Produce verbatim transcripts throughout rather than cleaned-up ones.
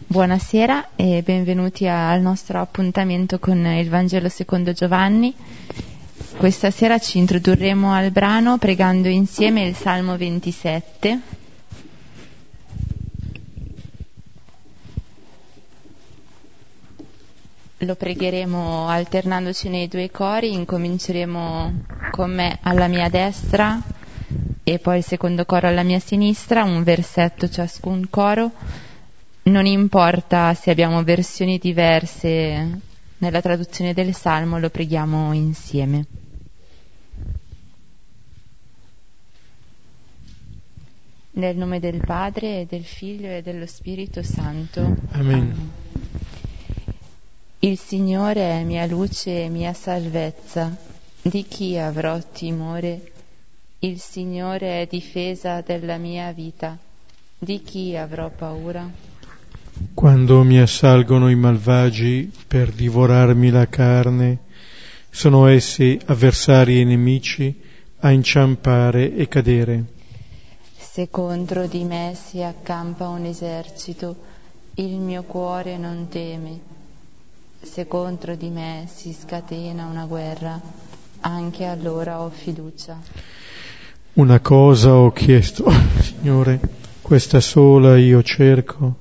Buonasera e benvenuti al nostro appuntamento con il Vangelo secondo Giovanni. Questa sera ci introdurremo al brano pregando insieme il Salmo ventisette. Lo pregheremo alternandoci nei due cori. Incominceremo con me alla mia destra e poi il secondo coro alla mia sinistra, un versetto ciascun coro. Non importa se abbiamo versioni diverse nella traduzione del Salmo, lo preghiamo insieme. Nel nome del Padre, e del Figlio e dello Spirito Santo. Amen. Amen. Il Signore è mia luce e mia salvezza. Di chi avrò timore? Il Signore è difesa della mia vita. Di chi avrò paura? Quando mi assalgono i malvagi per divorarmi la carne, sono essi avversari e nemici a inciampare e cadere. Se contro di me si accampa un esercito, il mio cuore non teme. Se contro di me si scatena una guerra, anche allora ho fiducia. Una cosa ho chiesto, Signore, questa sola io cerco: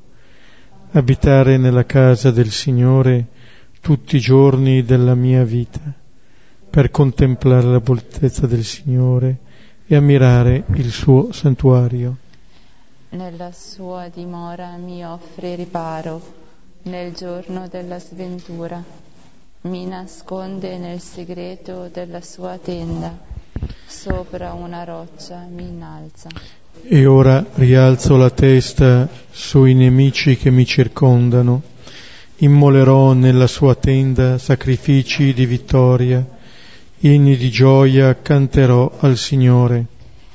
abitare nella casa del Signore tutti i giorni della mia vita, per contemplare la bontezza del Signore e ammirare il suo santuario. Nella sua dimora mi offre riparo, nel giorno della sventura. Mi nasconde nel segreto della sua tenda, sopra una roccia mi innalza. E ora rialzo la testa sui nemici che mi circondano, immolerò nella sua tenda sacrifici di vittoria, inni di gioia canterò al Signore.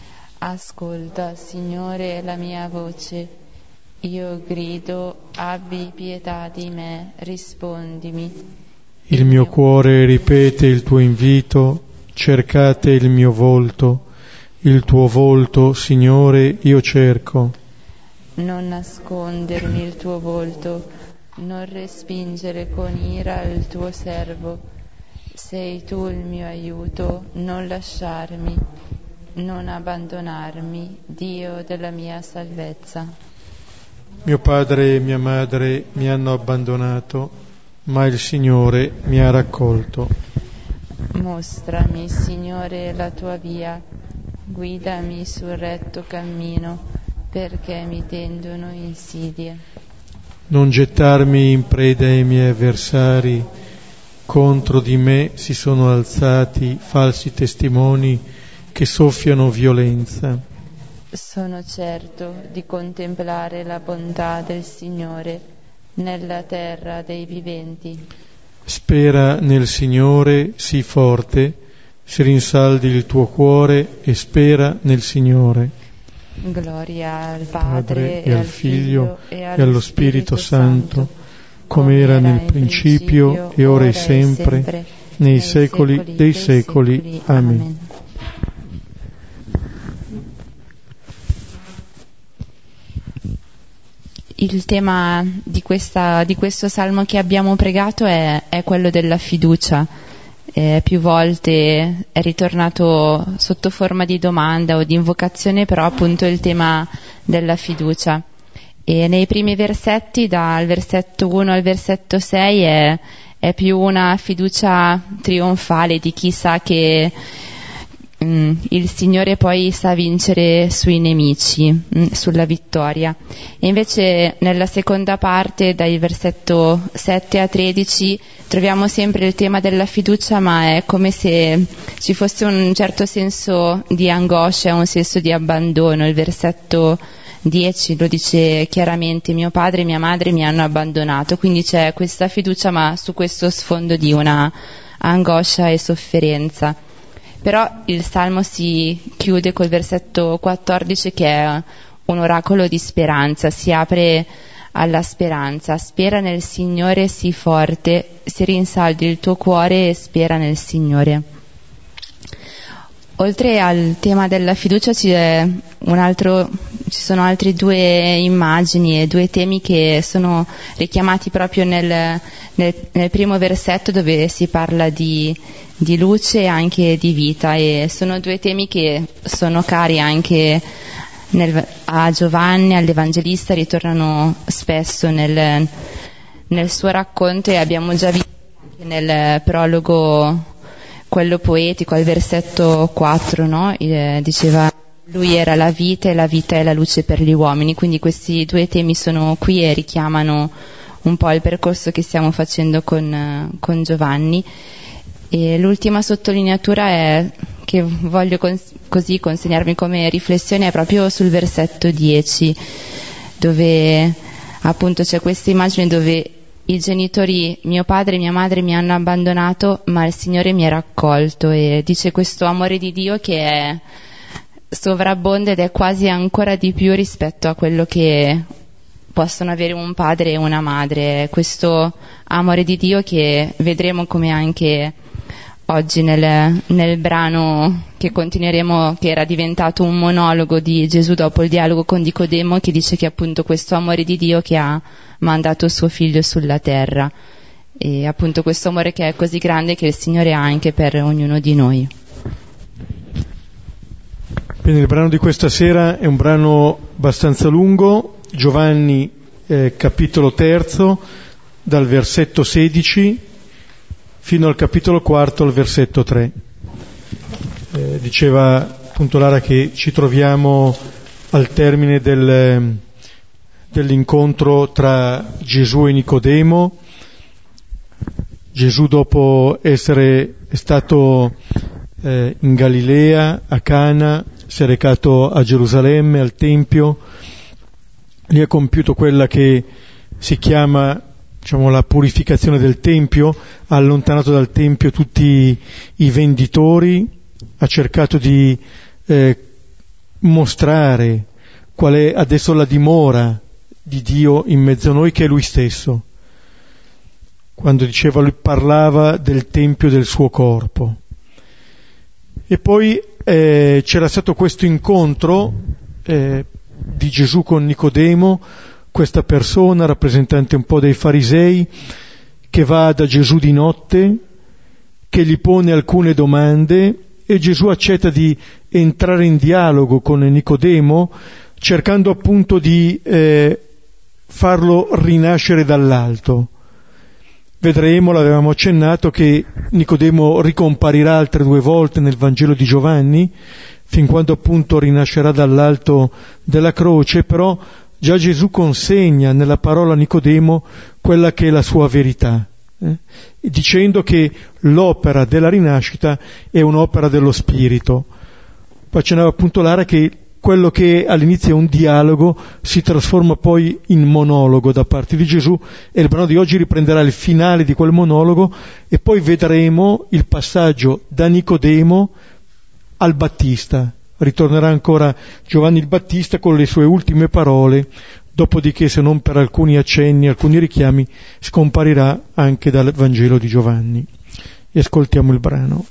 Ascolta, Signore, la mia voce, io grido, abbi pietà di me, rispondimi. Il mio cuore ripete il tuo invito, cercate il mio volto. Il tuo volto, Signore, io cerco. Non nascondermi il tuo volto, non respingere con ira il tuo servo. Sei tu il mio aiuto, non lasciarmi, non abbandonarmi, Dio della mia salvezza. Mio padre e mia madre mi hanno abbandonato, ma il Signore mi ha raccolto. Mostrami, Signore, la tua via. Guidami sul retto cammino, perché mi tendono insidie. Non gettarmi in preda ai miei avversari, contro di me si sono alzati falsi testimoni che soffiano violenza. Sono certo di contemplare la bontà del Signore nella terra dei viventi. Spera nel Signore, sii forte, si rinsaldi il tuo cuore e spera nel Signore. Gloria al Padre Padre e al Figlio e allo Spirito Santo, come era nel principio e ora e sempre, nei secoli dei secoli. Amen. Il tema di, questa, di questo salmo che abbiamo pregato è, è quello della fiducia. Eh, più volte è ritornato sotto forma di domanda o di invocazione, però appunto il tema della fiducia. E nei primi versetti, dal versetto uno al versetto sei, è, è più una fiducia trionfale di chi sa che mm, il Signore poi sa vincere sui nemici, mm, sulla vittoria. E invece nella seconda parte, dai versetto sette a tredici, troviamo sempre il tema della fiducia, ma è come se ci fosse un certo senso di angoscia, un senso di abbandono. Il versetto dieci lo dice chiaramente: mio padre e mia madre mi hanno abbandonato. Quindi c'è questa fiducia, ma su questo sfondo di una angoscia e sofferenza. Però il Salmo si chiude col versetto quattordici, che è un oracolo di speranza, si apre alla speranza. Spera nel Signore, sii forte, si rinsaldi il tuo cuore e spera nel Signore. Oltre al tema della fiducia c'è un altro ci sono altre due immagini e due temi che sono richiamati proprio nel, nel, nel primo versetto, dove si parla di, di luce e anche di vita, e sono due temi che sono cari anche nel, a Giovanni, all'Evangelista, ritornano spesso nel, nel suo racconto, e abbiamo già visto anche nel prologo, quello poetico, al versetto quattro, no? Eh, diceva: lui era la vita e la vita è la luce per gli uomini. Quindi questi due temi sono qui e richiamano un po' il percorso che stiamo facendo con, con Giovanni. E l'ultima sottolineatura è, che voglio cons- così consegnarmi come riflessione, è proprio sul versetto dieci, dove appunto c'è questa immagine dove i genitori, mio padre e mia madre, mi hanno abbandonato, ma il Signore mi ha raccolto, e dice questo amore di Dio che è sovrabbonda ed è quasi ancora di più rispetto a quello che possono avere un padre e una madre. Questo amore di Dio che vedremo come anche oggi nel, nel brano che continueremo, che era diventato un monologo di Gesù dopo il dialogo con Nicodemo, che dice che appunto questo amore di Dio che ha mandato suo figlio sulla terra, e appunto questo amore che è così grande che il Signore ha anche per ognuno di noi. Bene, il brano di questa sera è un brano abbastanza lungo, Giovanni eh, capitolo terzo, dal versetto sedici fino al capitolo quarto, al versetto tre. Eh, diceva appunto Lara che ci troviamo al termine del, dell'incontro tra Gesù e Nicodemo. Gesù, dopo essere è stato eh, in Galilea, a Cana, si è recato a Gerusalemme, al Tempio, lì ha compiuto quella che si chiama, diciamo, la purificazione del Tempio, ha allontanato dal Tempio tutti i venditori, ha cercato di eh, mostrare qual è adesso la dimora di Dio in mezzo a noi, che è Lui stesso. Quando diceva, lui parlava del Tempio del suo corpo. E poi eh, c'era stato questo incontro eh, di Gesù con Nicodemo, questa persona rappresentante un po' dei farisei, che va da Gesù di notte, che gli pone alcune domande, e Gesù accetta di entrare in dialogo con Nicodemo, cercando appunto di eh, farlo rinascere dall'alto. Vedremo, l'avevamo accennato, che Nicodemo ricomparirà altre due volte nel Vangelo di Giovanni, fin quando appunto rinascerà dall'alto della croce, però già Gesù consegna nella parola a Nicodemo quella che è la sua verità, eh? dicendo che l'opera della rinascita è un'opera dello Spirito. Poi accennava appunto Lara che quello che all'inizio è un dialogo si trasforma poi in monologo da parte di Gesù, e il brano di oggi riprenderà il finale di quel monologo, e poi vedremo il passaggio da Nicodemo al Battista. Ritornerà ancora Giovanni il Battista con le sue ultime parole, dopodiché, se non per alcuni accenni, alcuni richiami, scomparirà anche dal Vangelo di Giovanni. E ascoltiamo il brano.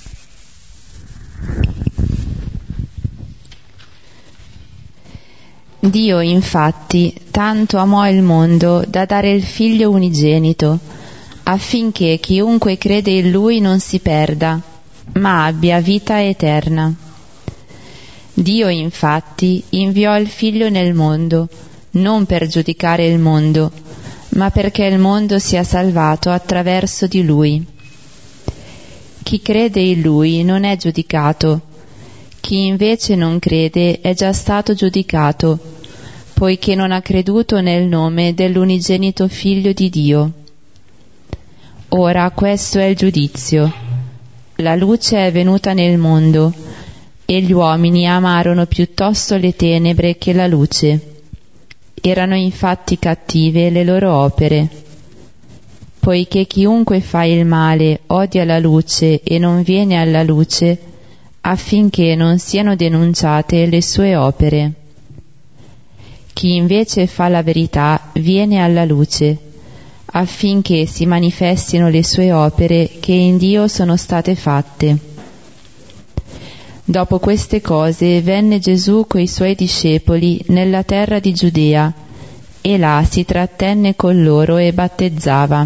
Dio infatti tanto amò il mondo da dare il Figlio unigenito, affinché chiunque crede in Lui non si perda, ma abbia vita eterna. Dio infatti inviò il Figlio nel mondo, non per giudicare il mondo, ma perché il mondo sia salvato attraverso di Lui. Chi crede in Lui non è giudicato, chi invece non crede è già stato giudicato, poiché non ha creduto nel nome dell'unigenito Figlio di Dio. Ora questo è il giudizio. La luce è venuta nel mondo, e gli uomini amarono piuttosto le tenebre che la luce. Erano infatti cattive le loro opere. Poiché chiunque fa il male odia la luce e non viene alla luce, affinché non siano denunciate le sue opere. Chi invece fa la verità viene alla luce, affinché si manifestino le sue opere che in Dio sono state fatte. Dopo queste cose venne Gesù coi suoi discepoli nella terra di Giudea e là si trattenne con loro e battezzava.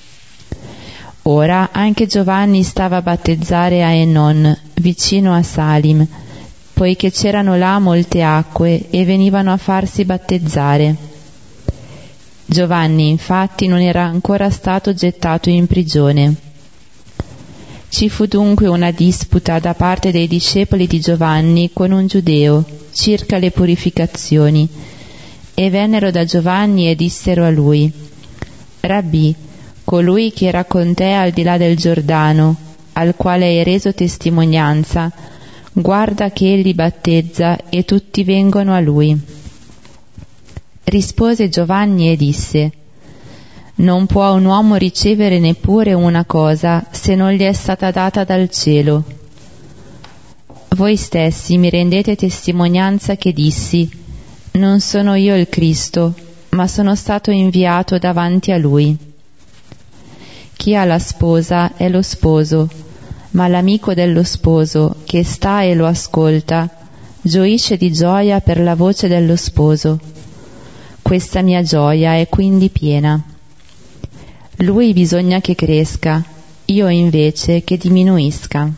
Ora anche Giovanni stava a battezzare a Enon, vicino a Salim, poiché c'erano là molte acque e venivano a farsi battezzare. Giovanni infatti non era ancora stato gettato in prigione. Ci fu dunque una disputa da parte dei discepoli di Giovanni con un giudeo circa le purificazioni, e vennero da Giovanni e dissero a lui: Rabbì, colui che era con te al di là del Giordano, al quale hai reso testimonianza, guarda che egli battezza e tutti vengono a lui. Rispose Giovanni e disse: Non può un uomo ricevere neppure una cosa se non gli è stata data dal cielo. Voi stessi mi rendete testimonianza che dissi: Non sono io il Cristo, ma sono stato inviato davanti a lui. Chi ha la sposa è lo sposo, ma l'amico dello sposo, che sta e lo ascolta, gioisce di gioia per la voce dello sposo. Questa mia gioia è quindi piena. Lui bisogna che cresca, io invece che diminuisca.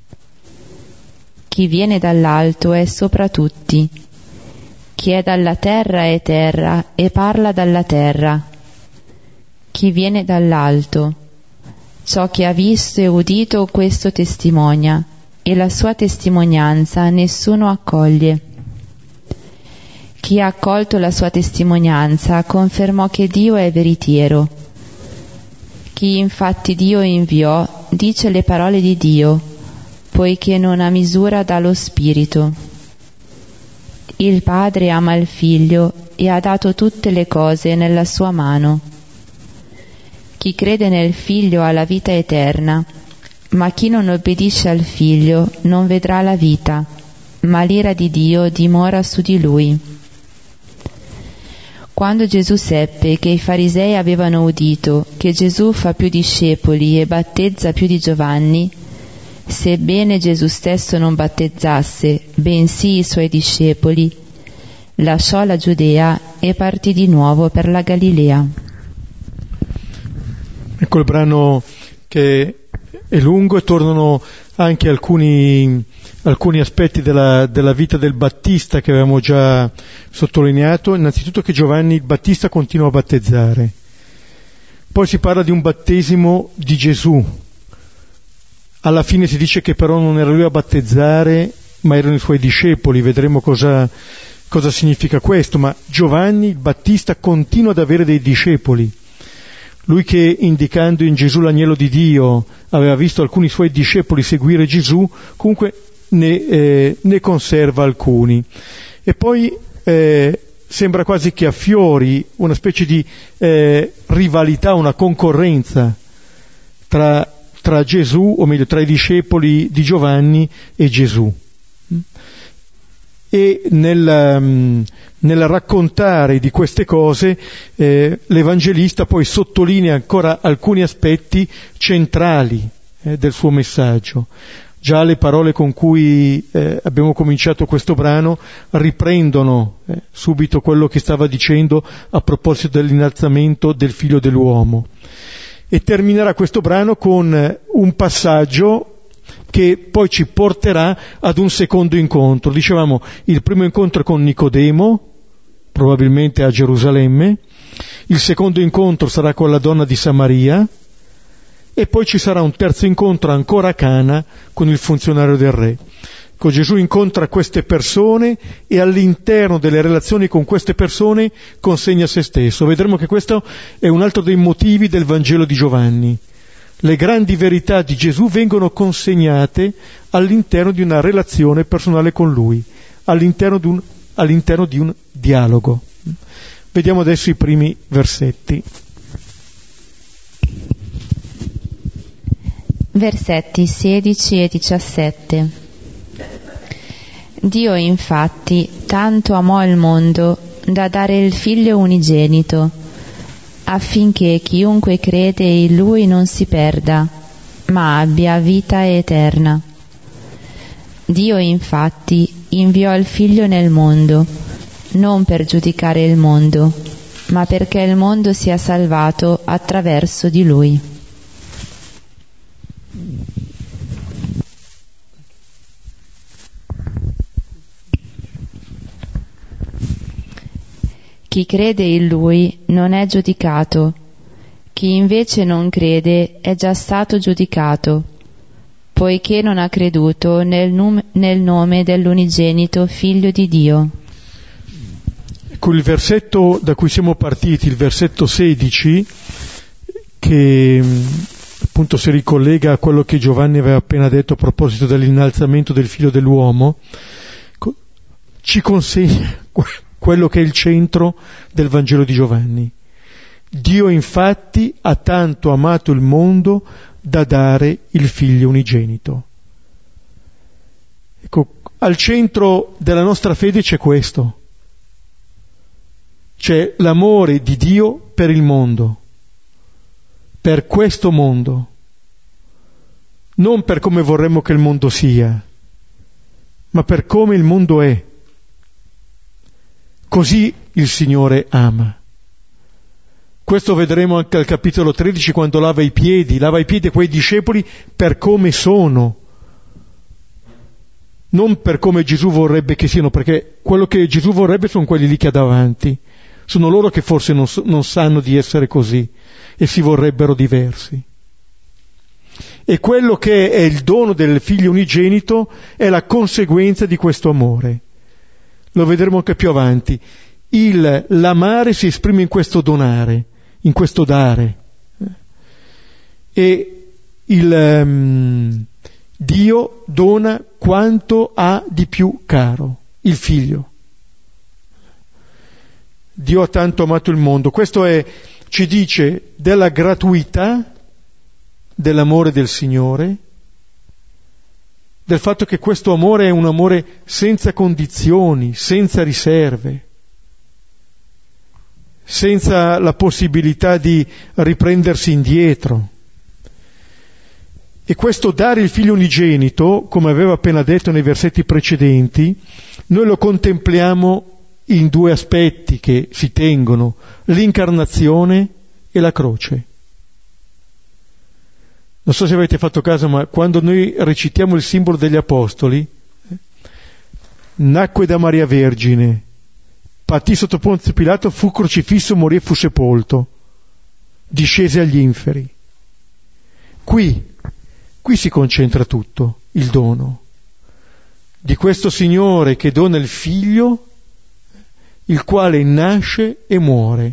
Chi viene dall'alto è sopra tutti. Chi è dalla terra è terra e parla dalla terra. Chi viene dall'alto, ciò che ha visto e udito questo testimonia, e la sua testimonianza nessuno accoglie. Chi ha accolto la sua testimonianza confermò che Dio è veritiero. Chi infatti Dio inviò dice le parole di Dio, poiché non ha misura dà lo Spirito. Il Padre ama il Figlio e ha dato tutte le cose nella sua mano. Chi crede nel Figlio ha la vita eterna, ma chi non obbedisce al Figlio non vedrà la vita, ma l'ira di Dio dimora su di lui. Quando Gesù seppe che i farisei avevano udito che Gesù fa più discepoli e battezza più di Giovanni, sebbene Gesù stesso non battezzasse, bensì i suoi discepoli, lasciò la Giudea e partì di nuovo per la Galilea. Ecco il brano che è lungo e tornano anche alcuni, alcuni aspetti della, della vita del Battista che avevamo già sottolineato. Innanzitutto che Giovanni il Battista continua a battezzare. Poi si parla di un battesimo di Gesù. Alla fine si dice che però non era lui a battezzare, ma erano i suoi discepoli. Vedremo cosa, cosa significa questo. Ma Giovanni il Battista continua ad avere dei discepoli. Lui che, indicando in Gesù l'agnello di Dio, aveva visto alcuni suoi discepoli seguire Gesù, comunque ne, eh, ne conserva alcuni. E poi eh, sembra quasi che affiori una specie di eh, rivalità, una concorrenza tra, tra Gesù, o meglio, tra i discepoli di Giovanni e Gesù. E nel, um, nel raccontare di queste cose eh, l'Evangelista poi sottolinea ancora alcuni aspetti centrali eh, del suo messaggio. Già le parole con cui eh, abbiamo cominciato questo brano riprendono eh, subito quello che stava dicendo a proposito dell'innalzamento del Figlio dell'uomo. E terminerà questo brano con un passaggio che poi ci porterà ad un secondo incontro. Dicevamo, il primo incontro è con Nicodemo, probabilmente a Gerusalemme, il secondo incontro sarà con la donna di Samaria, e poi ci sarà un terzo incontro ancora a Cana con il funzionario del re. Ecco, Gesù incontra queste persone e all'interno delle relazioni con queste persone consegna se stesso. Vedremo che questo è un altro dei motivi del Vangelo di Giovanni. Le grandi verità di Gesù vengono consegnate all'interno di una relazione personale con Lui, all'interno di un, all'interno di un dialogo. Vediamo adesso i primi versetti. Versetti sedici e diciassette. Dio infatti tanto amò il mondo da dare il Figlio unigenito, affinché chiunque crede in Lui non si perda, ma abbia vita eterna. Dio infatti inviò il Figlio nel mondo, non per giudicare il mondo, ma perché il mondo sia salvato attraverso di Lui. Chi crede in Lui non è giudicato, chi invece non crede è già stato giudicato, poiché non ha creduto nel, num- nel nome dell'unigenito Figlio di Dio. Ecco il versetto da cui siamo partiti, il versetto sedici, che appunto si ricollega a quello che Giovanni aveva appena detto a proposito dell'innalzamento del Figlio dell'uomo, ci consegna quello che è il centro del Vangelo di Giovanni. Dio infatti ha tanto amato il mondo da dare il Figlio unigenito. Ecco, al centro della nostra fede c'è questo. C'è l'amore di Dio per il mondo, per questo mondo, non per come vorremmo che il mondo sia, ma per come il mondo è. Così il Signore ama. Questo vedremo anche al capitolo tredici, quando lava i piedi, lava i piedi a quei discepoli per come sono, non per come Gesù vorrebbe che siano, perché quello che Gesù vorrebbe sono quelli lì che ha davanti, sono loro che forse non, non sanno di essere così e si vorrebbero diversi. E quello che è il dono del Figlio unigenito è la conseguenza di questo amore. Lo vedremo anche più avanti. Il, l'amare si esprime in questo donare, in questo dare. E il um, Dio dona quanto ha di più caro, il Figlio. Dio ha tanto amato il mondo. Questo è, ci dice della gratuità dell'amore del Signore, del fatto che questo amore è un amore senza condizioni, senza riserve, senza la possibilità di riprendersi indietro. E questo dare il Figlio unigenito, come aveva appena detto nei versetti precedenti, noi lo contempliamo in due aspetti che si tengono, l'incarnazione e la croce. Non so se avete fatto caso, ma quando noi recitiamo il simbolo degli Apostoli, nacque da Maria Vergine, patì sotto Ponzio Pilato, fu crocifisso, morì e fu sepolto, discese agli inferi. Qui, qui si concentra tutto, il dono di questo Signore che dona il Figlio, il quale nasce e muore.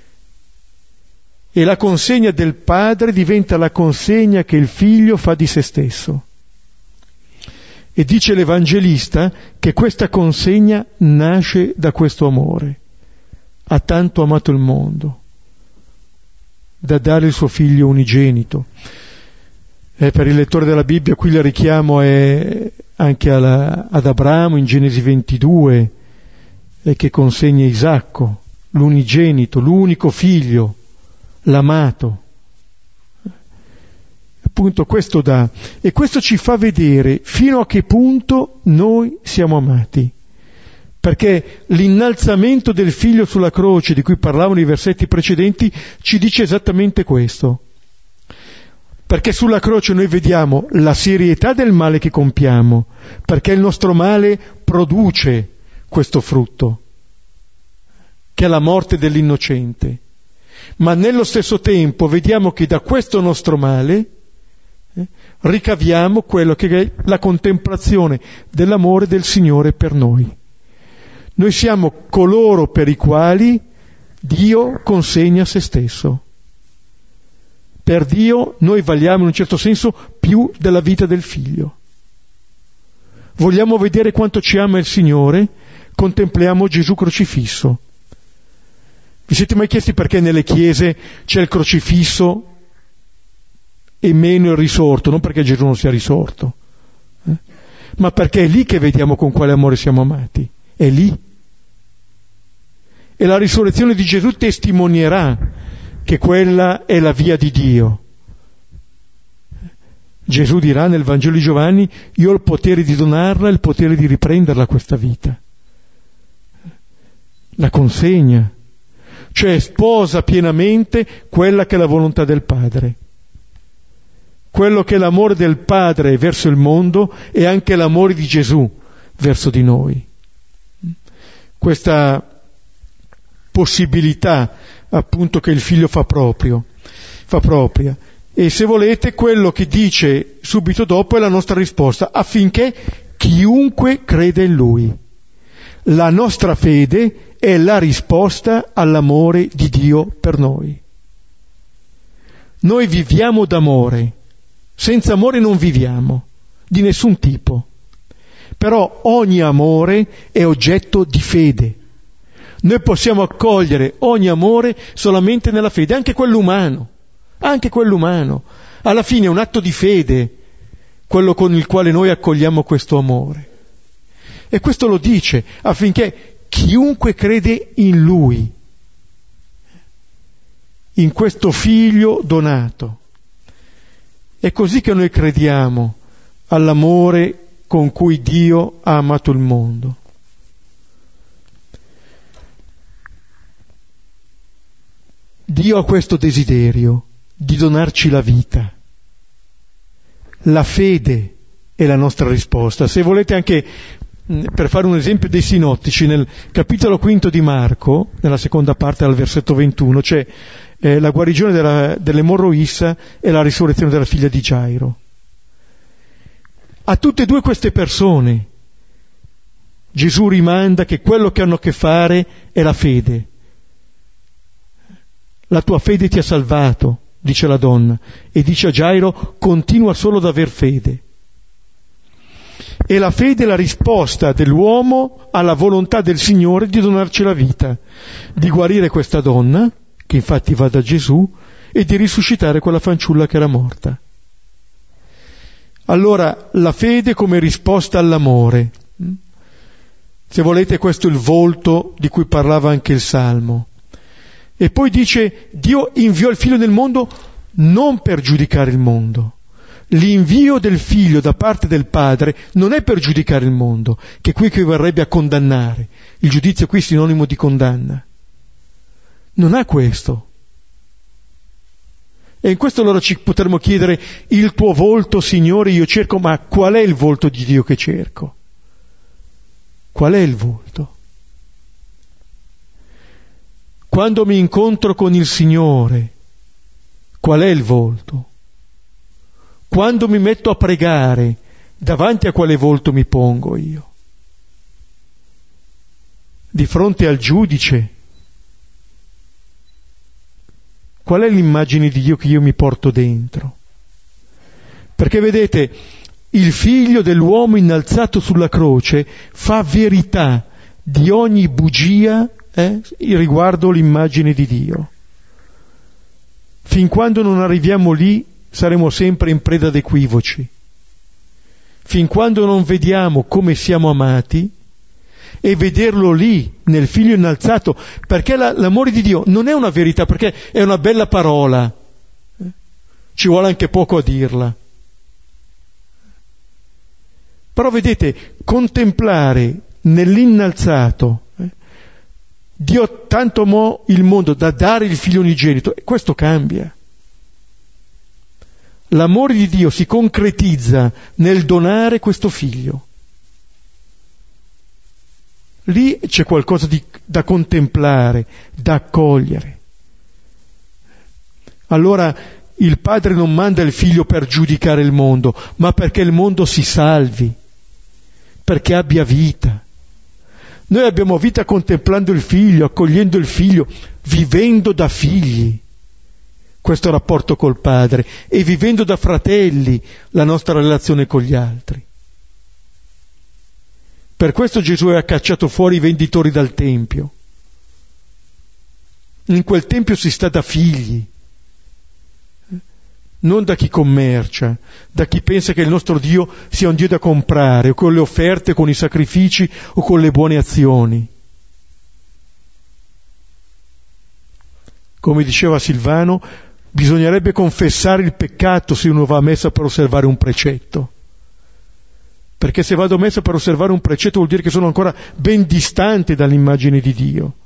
E la consegna del Padre diventa la consegna che il Figlio fa di se stesso. E dice l'Evangelista che questa consegna nasce da questo amore. Ha tanto amato il mondo, da dare il suo Figlio unigenito. E per il lettore della Bibbia qui il richiamo è anche alla, ad Abramo in Genesi ventidue, e che consegna Isacco, l'unigenito, l'unico figlio, l'amato. Appunto questo dà, e questo ci fa vedere fino a che punto noi siamo amati, perché l'innalzamento del Figlio sulla croce, di cui parlavano i versetti precedenti, ci dice esattamente questo. Perché sulla croce noi vediamo la serietà del male che compiamo, perché il nostro male produce questo frutto, che è la morte dell'innocente. Ma nello stesso tempo vediamo che da questo nostro male eh, ricaviamo quello che è la contemplazione dell'amore del Signore per noi. Noi siamo coloro per i quali Dio consegna se stesso. Per Dio noi valiamo in un certo senso più della vita del Figlio. Vogliamo vedere quanto ci ama il Signore? Contempliamo Gesù crocifisso. Vi siete mai chiesti perché nelle chiese c'è il crocifisso e meno il risorto? Non perché Gesù non sia risorto, eh? ma perché è lì che vediamo con quale amore siamo amati. È lì. E la risurrezione di Gesù testimonierà che quella è la via di Dio. Gesù dirà nel Vangelo di Giovanni: io ho il potere di donarla e il potere di riprenderla questa vita. La consegna, cioè sposa pienamente quella che è la volontà del Padre. Quello che è l'amore del Padre verso il mondo e anche l'amore di Gesù verso di noi. Questa possibilità appunto che il Figlio fa proprio, fa propria. E se volete, quello che dice subito dopo è la nostra risposta: affinché chiunque crede in Lui. La nostra fede è la risposta all'amore di Dio per noi. Noi viviamo d'amore, senza amore non viviamo, di nessun tipo. Però ogni amore è oggetto di fede. Noi possiamo accogliere ogni amore solamente nella fede, anche quello umano. Anche quello umano. Alla fine è un atto di fede quello con il quale noi accogliamo questo amore. E questo lo dice affinché chiunque crede in Lui, in questo Figlio donato. È così che noi crediamo all'amore con cui Dio ha amato il mondo. Dio ha questo desiderio di donarci la vita. La fede è la nostra risposta. Se volete anche, per fare un esempio dei sinottici, nel capitolo quinto di Marco, nella seconda parte al versetto ventuno, c'è eh, la guarigione della, dell'emorroissa e la risurrezione della figlia di Gairo. A tutte e due queste persone Gesù rimanda che quello che hanno a che fare è la fede. La tua fede ti ha salvato, dice la donna, e dice a Gairo: continua solo ad aver fede. E la fede è la risposta dell'uomo alla volontà del Signore di donarci la vita, di guarire questa donna, che infatti va da Gesù, e di risuscitare quella fanciulla che era morta. Allora, la fede come risposta all'amore. Se volete, questo è il volto di cui parlava anche il Salmo. E poi dice: Dio inviò il Figlio nel mondo non per giudicare il mondo. L'invio del Figlio da parte del Padre non è per giudicare il mondo, che qui equivarrebbe a condannare. Il giudizio qui è sinonimo di condanna. Non ha questo. E in questo allora ci potremmo chiedere: il tuo volto, Signore, io cerco, ma qual è il volto di Dio che cerco? Qual è il volto? Quando mi incontro con il Signore, qual è il volto? Quando mi metto a pregare, davanti a quale volto mi pongo io? Di fronte al giudice? Qual è l'immagine di Dio che io mi porto dentro? Perché vedete, il Figlio dell'uomo innalzato sulla croce fa verità di ogni bugia eh, riguardo l'immagine di Dio. Fin quando non arriviamo lì saremo sempre in preda ad equivoci. Fin quando non vediamo come siamo amati, e vederlo lì, nel Figlio innalzato, perché la, l'amore di Dio non è una verità, perché è una bella parola, eh? Ci vuole anche poco a dirla. Però vedete, contemplare nell'innalzato, eh? Dio tanto amò il mondo da dare il Figlio unigenito, e questo cambia. L'amore di Dio si concretizza nel donare questo Figlio. Lì c'è qualcosa di, da contemplare, da accogliere. Allora il Padre non manda il Figlio per giudicare il mondo, ma perché il mondo si salvi, perché abbia vita. Noi abbiamo vita contemplando il Figlio, accogliendo il Figlio, vivendo da figli questo rapporto col Padre e vivendo da fratelli la nostra relazione con gli altri. Per questo Gesù ha cacciato fuori i venditori dal Tempio. In quel Tempio si sta da figli, non da chi commercia, da chi pensa che il nostro Dio sia un Dio da comprare, o con le offerte, con i sacrifici o con le buone azioni. Come diceva Silvano, Bisognerebbe confessare il peccato se uno va a messa per osservare un precetto. Perché se vado a messa per osservare un precetto vuol dire che sono ancora ben distante dall'immagine di Dio.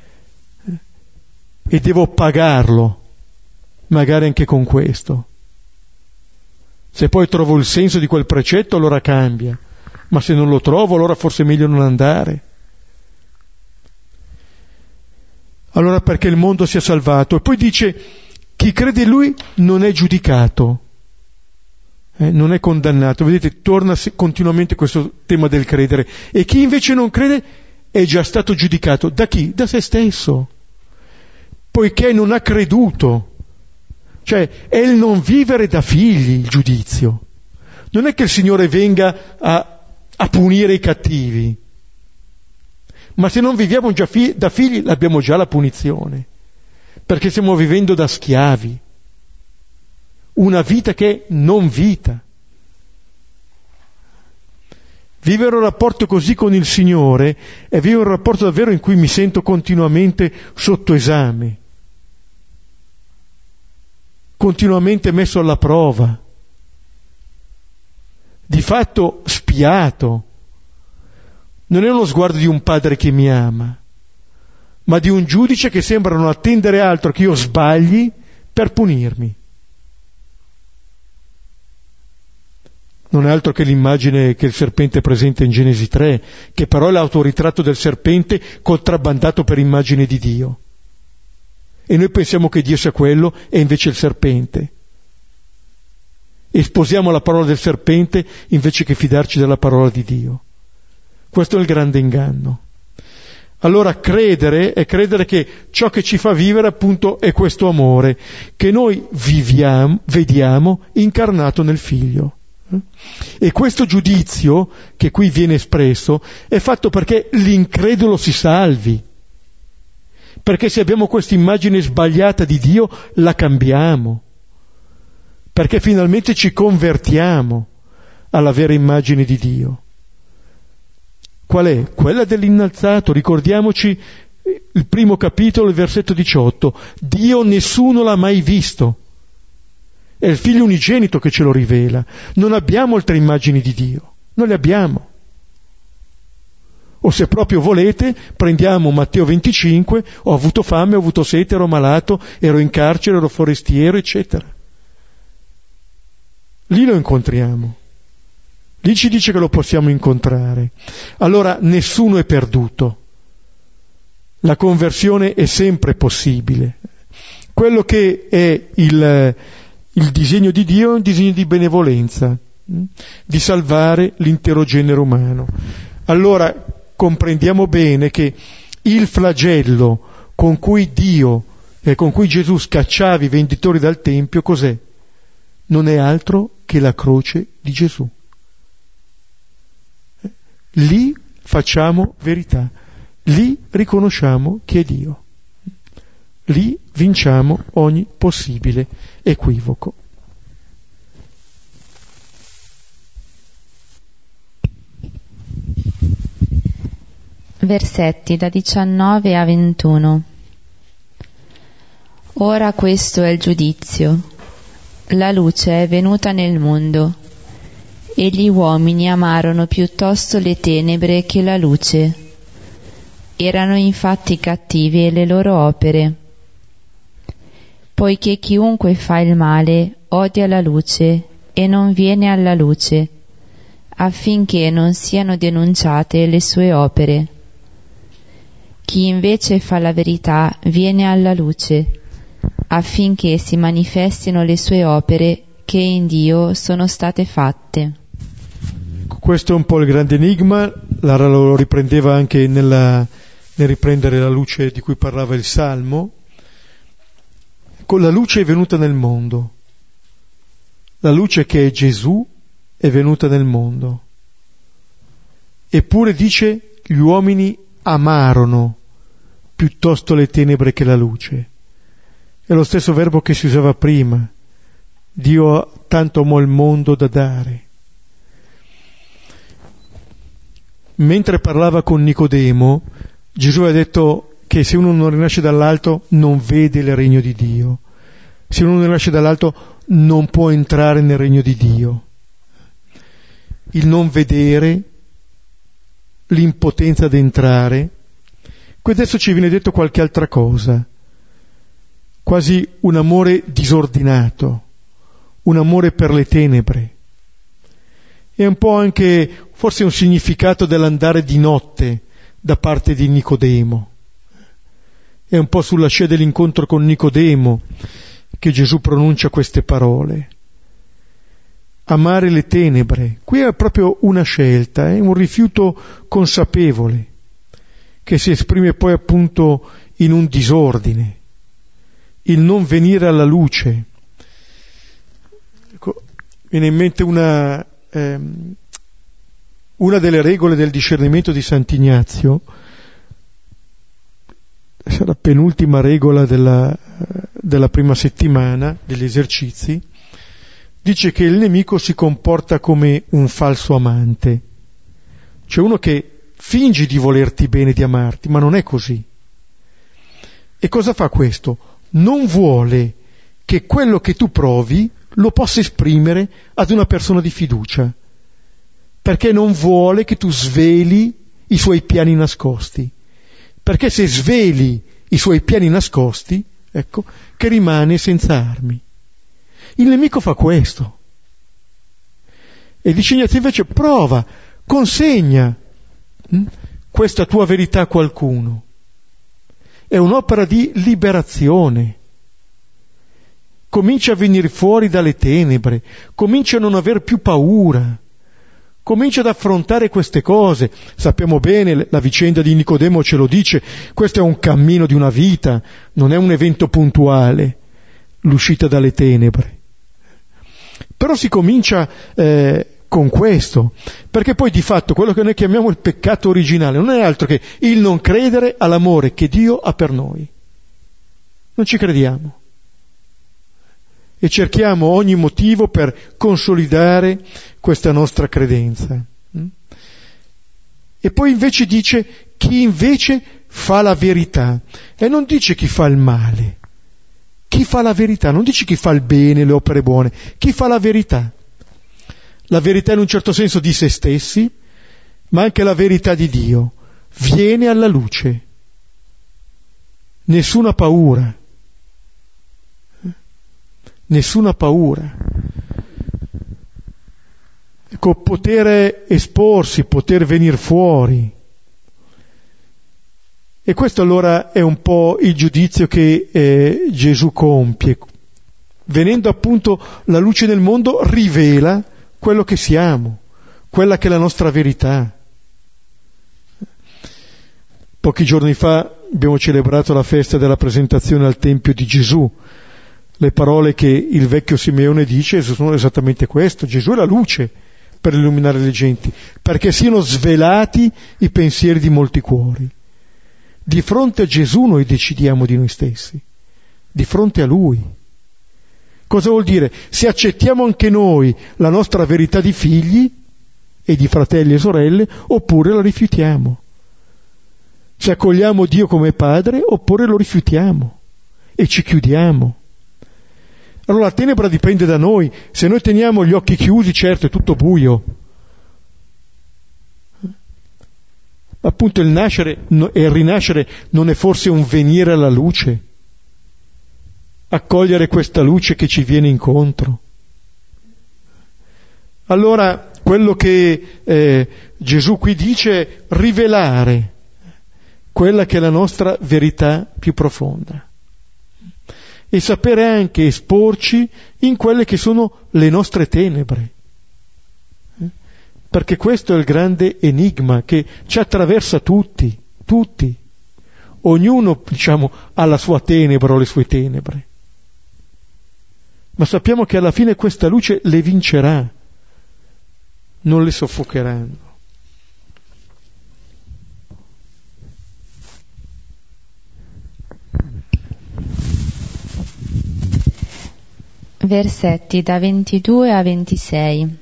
E devo pagarlo, magari anche con questo. Se poi trovo il senso di quel precetto, allora cambia. Ma se non lo trovo, allora forse è meglio non andare. Allora perché il mondo sia salvato. E poi dice, chi crede in Lui non è giudicato, eh, non è condannato. Vedete, torna continuamente questo tema del credere. E chi invece non crede è già stato giudicato. Da chi? Da se stesso. Poiché non ha creduto. Cioè, è il non vivere da figli il giudizio. Non è che il Signore venga a, a punire i cattivi. Ma se non viviamo già fi- da figli, abbiamo già la punizione. Perché stiamo vivendo da schiavi. Una vita che è non vita. Vivere un rapporto così con il Signore è vivere un rapporto davvero in cui mi sento continuamente sotto esame, continuamente messo alla prova, di fatto spiato. Non è uno sguardo di un padre che mi ama, ma di un giudice che sembra non attendere altro che io sbagli per punirmi. Non è altro che l'immagine che il serpente presenta in Genesi tre, che però è l'autoritratto del serpente contrabbandato per immagine di Dio. E noi pensiamo che Dio sia quello e invece il serpente. E sposiamo la parola del serpente invece che fidarci della parola di Dio. Questo è il grande inganno. Allora credere è credere che ciò che ci fa vivere appunto è questo amore che noi viviamo, vediamo incarnato nel Figlio. E questo giudizio che qui viene espresso è fatto perché l'incredulo si salvi. Perché se abbiamo questa immagine sbagliata di Dio la cambiamo. Perché finalmente ci convertiamo alla vera immagine di Dio. Qual è? Quella dell'innalzato. Ricordiamoci il primo capitolo, il versetto diciotto. Dio nessuno l'ha mai visto. È il Figlio unigenito che ce lo rivela. Non abbiamo altre immagini di Dio. Non le abbiamo. O se proprio volete, prendiamo Matteo venticinque, ho avuto fame, ho avuto sete, ero malato, ero in carcere, ero forestiero, eccetera. Lì lo incontriamo. Lì ci dice che lo possiamo incontrare. Allora nessuno è perduto. La conversione è sempre possibile. Quello che è il, il disegno di Dio è un disegno di benevolenza, di salvare l'intero genere umano. Allora comprendiamo bene che il flagello con cui Dio e con cui Gesù scacciava i venditori dal Tempio, cos'è? Non è altro che la croce di Gesù. Lì facciamo verità, lì riconosciamo chi è Dio, lì vinciamo ogni possibile equivoco. Versetti da diciannove a ventuno. Ora questo è il giudizio. La luce è venuta nel mondo, e gli uomini amarono piuttosto le tenebre che la luce. Erano infatti cattive le loro opere. Poiché chiunque fa il male odia la luce e non viene alla luce, affinché non siano denunciate le sue opere. Chi invece fa la verità viene alla luce, affinché si manifestino le sue opere che in Dio sono state fatte. Questo è un po' il grande enigma. Lara lo riprendeva anche nella, nel riprendere la luce di cui parlava il Salmo. Con la luce è venuta nel mondo. La luce che è Gesù è venuta nel mondo. Eppure dice gli uomini amarono piuttosto le tenebre che la luce. È lo stesso verbo che si usava prima. Dio tanto amò il mondo da dare. Mentre parlava con Nicodemo, Gesù ha detto che se uno non rinasce dall'alto non vede il regno di Dio. Se uno non nasce dall'alto non può entrare nel regno di Dio. Il non vedere, l'impotenza ad entrare. Qui adesso ci viene detto qualche altra cosa, quasi un amore disordinato, un amore per le tenebre. È un po' anche forse un significato dell'andare di notte da parte di Nicodemo. È un po' sulla scia dell'incontro con Nicodemo che Gesù pronuncia queste parole. Amare le tenebre. Qui è proprio una scelta, è un rifiuto consapevole, che si esprime poi appunto in un disordine, il non venire alla luce. Ecco, viene in mente una, ehm, una delle regole del discernimento di Sant'Ignazio, la penultima regola della, della prima settimana degli esercizi, dice che il nemico si comporta come un falso amante, cioè uno che fingi di volerti bene, di amarti, ma non è così. E cosa fa questo? Non vuole che quello che tu provi lo possa esprimere ad una persona di fiducia, perché non vuole che tu sveli i suoi piani nascosti, perché se sveli i suoi piani nascosti, ecco, che rimane senza armi. Il nemico fa questo. E dice Ignazio invece: prova, consegna hm, questa tua verità a qualcuno. È un'opera di liberazione. Comincia a venire fuori dalle tenebre, comincia a non aver più paura, comincia ad affrontare queste cose. Sappiamo bene, la vicenda di Nicodemo ce lo dice, questo è un cammino di una vita, non è un evento puntuale, l'uscita dalle tenebre. Però si comincia eh, con questo, perché poi di fatto quello che noi chiamiamo il peccato originale non è altro che il non credere all'amore che Dio ha per noi. Non ci crediamo. E cerchiamo ogni motivo per consolidare questa nostra credenza. E poi invece dice chi invece fa la verità, e non dice chi fa il male. Chi fa la verità, non dice chi fa il bene, le opere buone, chi fa la verità. La verità in un certo senso di se stessi, ma anche la verità di Dio. Viene alla luce. Nessuna paura. Nessuna paura. Ecco, poter esporsi, poter venire fuori. E questo allora è un po' il giudizio che eh, Gesù compie. Venendo appunto la luce nel mondo, rivela quello che siamo, quella che è la nostra verità. Pochi giorni fa abbiamo celebrato la festa della presentazione al Tempio di Gesù. Le parole che il vecchio Simeone dice sono esattamente questo: Gesù è la luce per illuminare le genti, perché siano svelati i pensieri di molti cuori. Di fronte a Gesù noi decidiamo di noi stessi, di fronte a Lui. Cosa vuol dire? Se accettiamo anche noi la nostra verità di figli e di fratelli e sorelle, oppure la rifiutiamo. Se accogliamo Dio come Padre, oppure lo rifiutiamo e ci chiudiamo. Allora la tenebra dipende da noi. Se noi teniamo gli occhi chiusi, certo è tutto buio. Appunto il nascere e il rinascere non è forse un venire alla luce? Accogliere questa luce che ci viene incontro. Allora quello che eh, Gesù qui dice è rivelare quella che è la nostra verità più profonda e sapere anche esporci in quelle che sono le nostre tenebre. Perché questo è il grande enigma che ci attraversa tutti, tutti. Ognuno, diciamo, ha la sua tenebra o le sue tenebre. Ma sappiamo che alla fine questa luce le vincerà, non le soffocheranno. Versetti da ventidue a ventisei.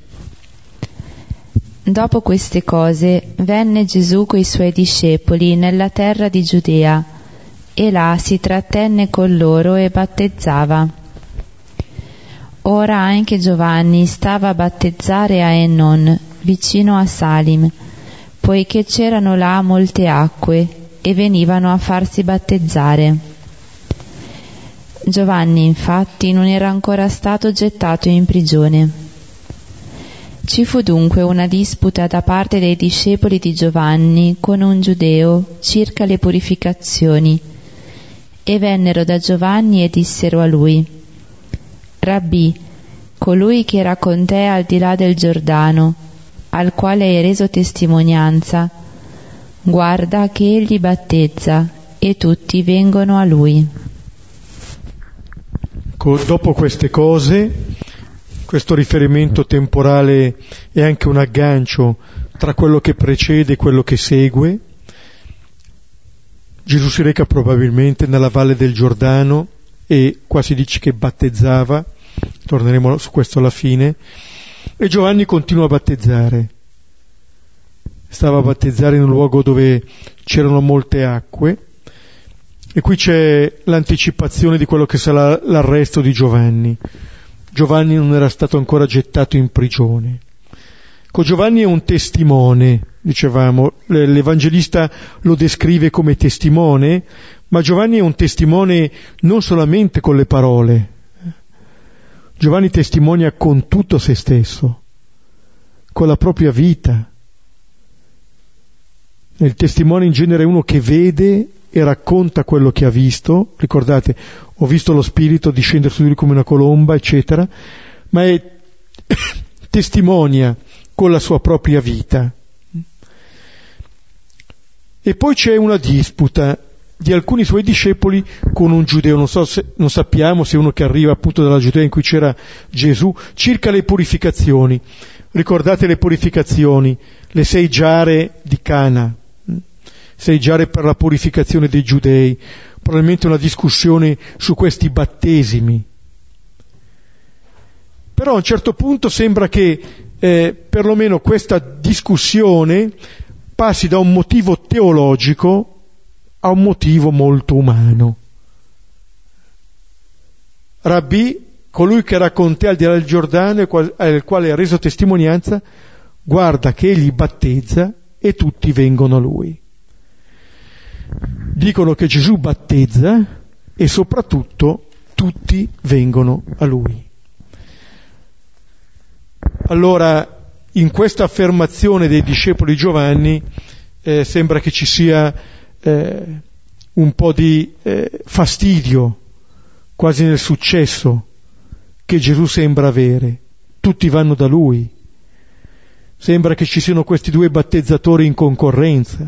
Dopo queste cose venne Gesù coi suoi discepoli nella terra di Giudea e là si trattenne con loro e battezzava. Ora anche Giovanni stava a battezzare a Ennon, vicino a Salim, poiché c'erano là molte acque e venivano a farsi battezzare. Giovanni, infatti, non era ancora stato gettato in prigione. Ci fu dunque una disputa da parte dei discepoli di Giovanni con un giudeo circa le purificazioni, e vennero da Giovanni e dissero a lui: Rabbì, colui che era con te al di là del Giordano, al quale hai reso testimonianza, guarda che egli battezza e tutti vengono a lui. Dopo queste cose, questo riferimento temporale è anche un aggancio tra quello che precede e quello che segue. Gesù si reca probabilmente nella valle del Giordano e qua si dice che battezzava, torneremo su questo alla fine, e Giovanni continua a battezzare. Stava a battezzare in un luogo dove c'erano molte acque, e qui c'è l'anticipazione di quello che sarà l'arresto di Giovanni. Giovanni non era stato ancora gettato in prigione. Con Giovanni è un testimone, dicevamo, l'Evangelista lo descrive come testimone, ma Giovanni è un testimone non solamente con le parole. Giovanni testimonia con tutto se stesso, con la propria vita. Il testimone in genere è uno che vede e racconta quello che ha visto. Ricordate, ho visto lo Spirito discendere su di lui come una colomba, eccetera, ma è testimonia con la sua propria vita. E poi c'è una disputa di alcuni suoi discepoli con un giudeo, non so se, non sappiamo se è uno che arriva appunto dalla Giudea in cui c'era Gesù, circa le purificazioni. Ricordate le purificazioni, le sei giare di Cana, sei giare per la purificazione dei giudei, probabilmente una discussione su questi battesimi. Però a un certo punto sembra che eh, perlomeno questa discussione passi da un motivo teologico a un motivo molto umano. Rabbì, colui che era con te al di là del Giordano e al quale ha reso testimonianza, guarda che egli battezza e tutti vengono a lui. Dicono che Gesù battezza e soprattutto tutti vengono a lui. Allora, in questa affermazione dei discepoli di Giovanni eh, sembra che ci sia eh, un po' di eh, fastidio, quasi nel successo che Gesù sembra avere. Tutti vanno da lui. Sembra che ci siano questi due battezzatori in concorrenza.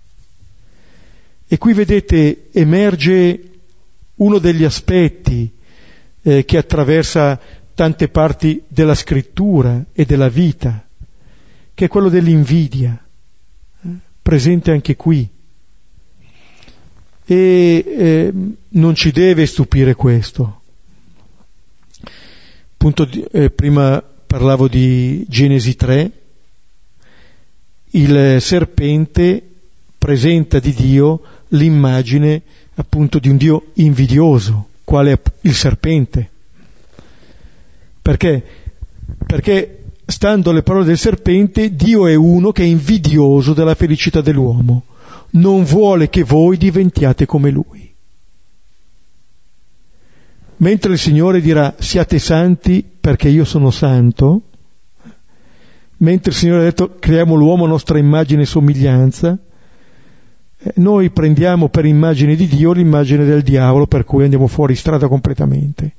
E qui vedete emerge uno degli aspetti eh, che attraversa tante parti della scrittura e della vita, che è quello dell'invidia, eh, presente anche qui. E eh, non ci deve stupire questo. Appunto, eh, prima parlavo di Genesi tre, il serpente presenta di Dio l'immagine appunto di un Dio invidioso, quale è il serpente. Perché? Perché stando alle parole del serpente, Dio è uno che è invidioso della felicità dell'uomo, non vuole che voi diventiate come lui. Mentre il Signore dirà siate santi perché io sono santo, mentre il Signore ha detto creiamo l'uomo a nostra immagine e somiglianza, noi prendiamo per immagine di Dio l'immagine del diavolo, per cui andiamo fuori strada completamente.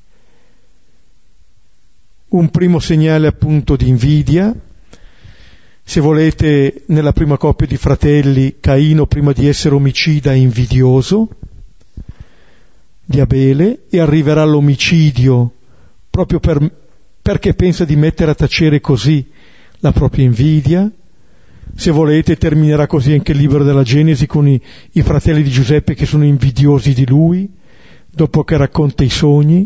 Un primo segnale appunto di invidia, se volete, nella prima coppia di fratelli, Caino prima di essere omicida è invidioso di Abele e arriverà all'omicidio proprio per, perché pensa di mettere a tacere così la propria invidia. Se volete terminerà così anche il libro della Genesi con i, i fratelli di Giuseppe che sono invidiosi di lui dopo che racconta i sogni.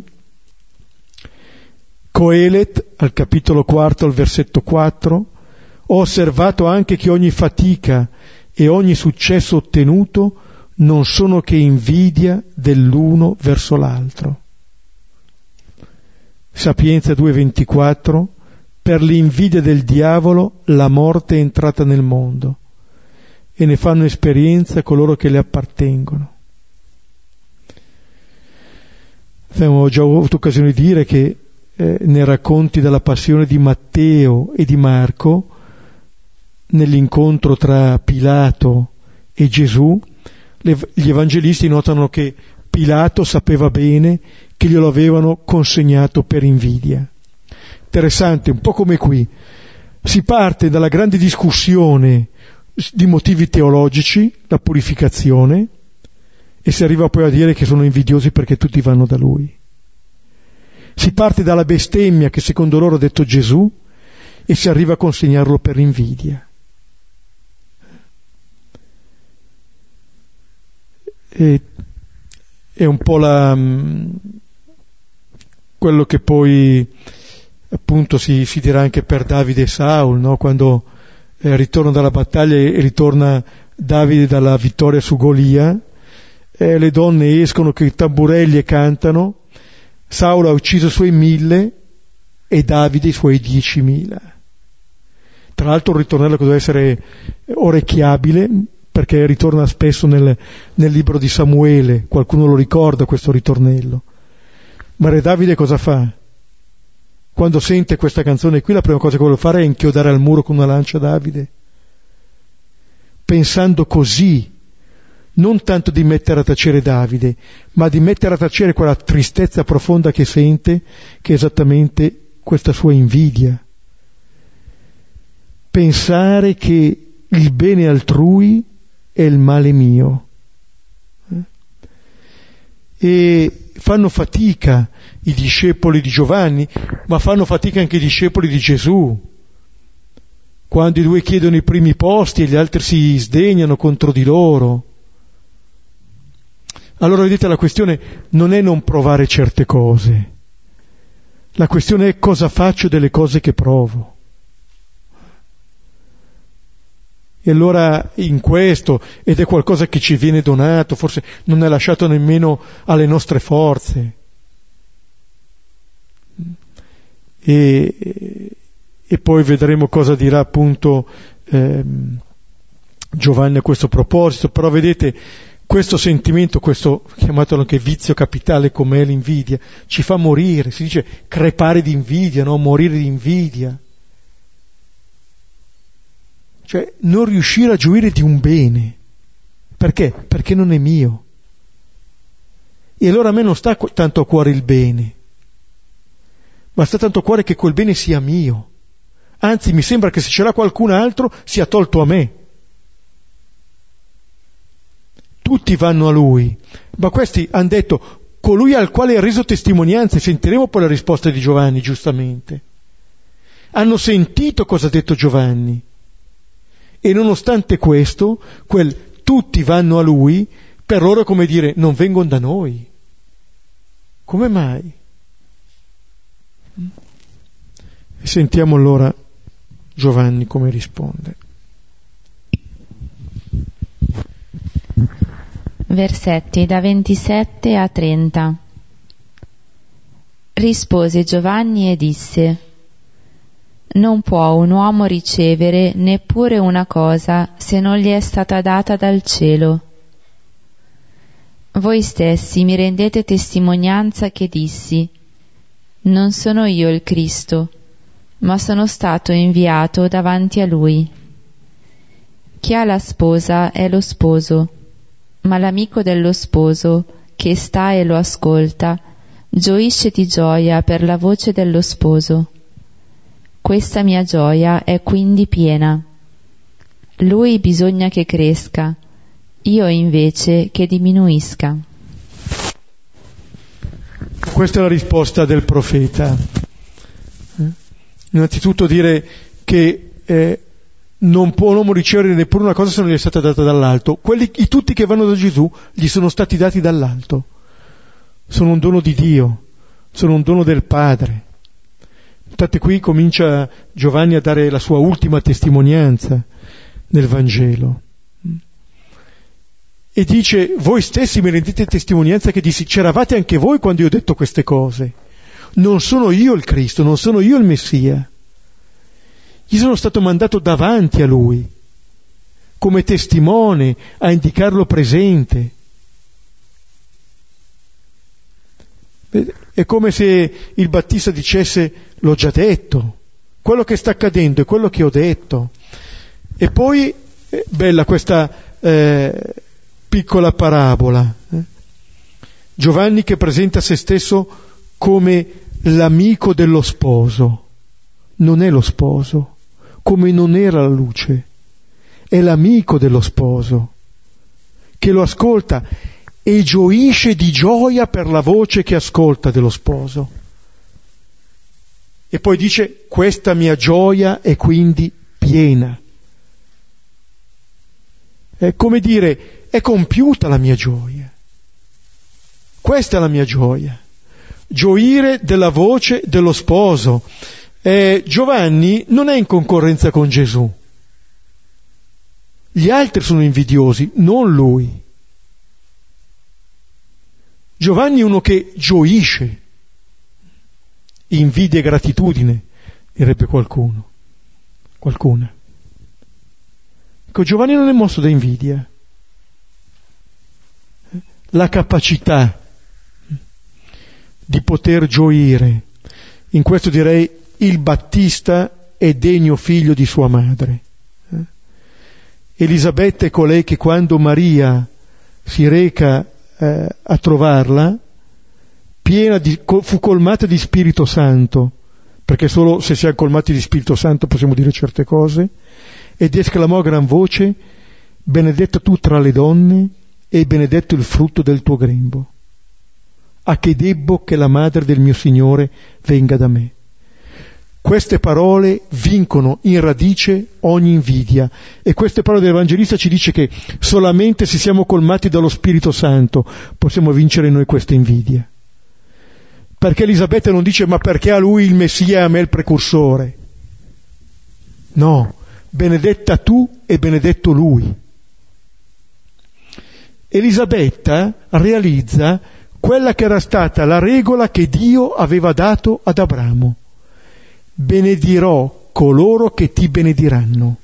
Coelet al capitolo quarto al versetto quattro: ho osservato anche che ogni fatica e ogni successo ottenuto non sono che invidia dell'uno verso l'altro. Sapienza due ventiquattro, per l'invidia del diavolo la morte è entrata nel mondo e ne fanno esperienza coloro che le appartengono. Abbiamo già avuto occasione di dire che eh, nei racconti della passione di Matteo e di Marco, nell'incontro tra Pilato e Gesù, le, gli evangelisti notano che Pilato sapeva bene che glielo avevano consegnato per invidia. Interessante, un po' come qui. Si parte dalla grande discussione di motivi teologici, la purificazione, e si arriva poi a dire che sono invidiosi perché tutti vanno da lui. Si parte dalla bestemmia che secondo loro ha detto Gesù e si arriva a consegnarlo per invidia. E, è un po' la, quello che poi appunto si, si dirà anche per Davide e Saul, no? Quando eh, ritorna dalla battaglia e ritorna Davide dalla vittoria su Golia, eh, le donne escono con i tamburelli e cantano, Saul ha ucciso i suoi mille e Davide i suoi diecimila. Tra l'altro il ritornello che deve essere orecchiabile, perché ritorna spesso nel, nel libro di Samuele, qualcuno lo ricorda questo ritornello. Ma Re Davide cosa fa? Quando sente questa canzone qui, la prima cosa che vuole fare è inchiodare al muro con una lancia Davide, pensando così non tanto di mettere a tacere Davide, ma di mettere a tacere quella tristezza profonda che sente, che è esattamente questa sua invidia. Pensare che il bene altrui è il male mio. E fanno fatica i discepoli di Giovanni, ma fanno fatica anche i discepoli di Gesù. Quando i due chiedono i primi posti e gli altri si sdegnano contro di loro. Allora vedete, la questione non è non provare certe cose, la questione è cosa faccio delle cose che provo. E allora in questo, ed è qualcosa che ci viene donato, forse non è lasciato nemmeno alle nostre forze. E, e poi vedremo cosa dirà appunto ehm, Giovanni a questo proposito, però vedete, questo sentimento, questo chiamatelo anche vizio capitale com'è l'invidia, ci fa morire, si dice crepare di invidia, no? Morire di invidia. Cioè non riuscire a gioire di un bene. Perché? Perché non è mio. E allora a me non sta tanto a cuore il bene, ma sta tanto a cuore che quel bene sia mio. Anzi, mi sembra che se ce l'ha qualcun altro sia tolto a me. Tutti vanno a lui, ma questi hanno detto colui al quale ha reso testimonianza, e sentiremo poi la risposta di Giovanni, giustamente. Hanno sentito cosa ha detto Giovanni. E nonostante questo, quel tutti vanno a lui, per loro è come dire non vengono da noi. Come mai? E sentiamo allora Giovanni come risponde. Versetti da ventisette a trenta. Rispose Giovanni e disse: non può un uomo ricevere neppure una cosa se non gli è stata data dal cielo. Voi stessi mi rendete testimonianza che dissi: non sono io il Cristo, ma sono stato inviato davanti a lui. Chi ha la sposa è lo sposo, ma l'amico dello sposo, che sta e lo ascolta, gioisce di gioia per la voce dello sposo. Questa mia gioia è quindi piena. Lui bisogna che cresca, io invece che diminuisca. Questa è la risposta del profeta. Innanzitutto dire che eh, non può un uomo ricevere neppure una cosa se non gli è stata data dall'alto. Quelli, i tutti che vanno da Gesù gli sono stati dati dall'alto. Sono un dono di Dio, sono un dono del Padre. Infatti qui comincia Giovanni a dare la sua ultima testimonianza nel Vangelo. E dice: voi stessi mi rendete testimonianza che dissi: c'eravate anche voi quando io ho detto queste cose. non sono io il Cristo, non sono io il Messia. Io sono stato mandato davanti a Lui, come testimone, a indicarlo presente. È come se il Battista dicesse: l'ho già detto, quello che sta accadendo è quello che ho detto. E poi, eh, bella questa eh, piccola parabola, eh? Giovanni che presenta se stesso come l'amico dello sposo. Non è lo sposo, come non era la luce, è l'amico dello sposo, che lo ascolta e gioisce di gioia per la voce che ascolta dello sposo. E poi dice: questa mia gioia è quindi piena. È come dire: è compiuta la mia gioia. Questa è la mia gioia. Gioire della voce dello sposo. Eh, Giovanni non è in concorrenza con Gesù. Gli altri sono invidiosi, non lui. Giovanni è uno che gioisce, invidia e gratitudine, direbbe qualcuno, qualcuna. Ecco, Giovanni non è mosso da invidia. La capacità di poter gioire, in questo direi il Battista è degno figlio di sua madre. Elisabetta è colei che quando Maria si reca eh, a trovarla, piena di, fu colmata di Spirito Santo, perché solo se si è colmati di Spirito Santo possiamo dire certe cose, ed esclamò a gran voce: benedetta tu tra le donne e benedetto il frutto del tuo grembo. A che debbo che la madre del mio Signore venga da me? Queste parole vincono in radice ogni invidia, e queste parole dell'Evangelista ci dice che solamente se siamo colmati dallo Spirito Santo possiamo vincere noi questa invidia. Perché Elisabetta non dice: ma perché a lui il Messia e a me il precursore? No, benedetta tu e benedetto lui. Elisabetta realizza quella che era stata la regola che Dio aveva dato ad Abramo: benedirò coloro che ti benediranno.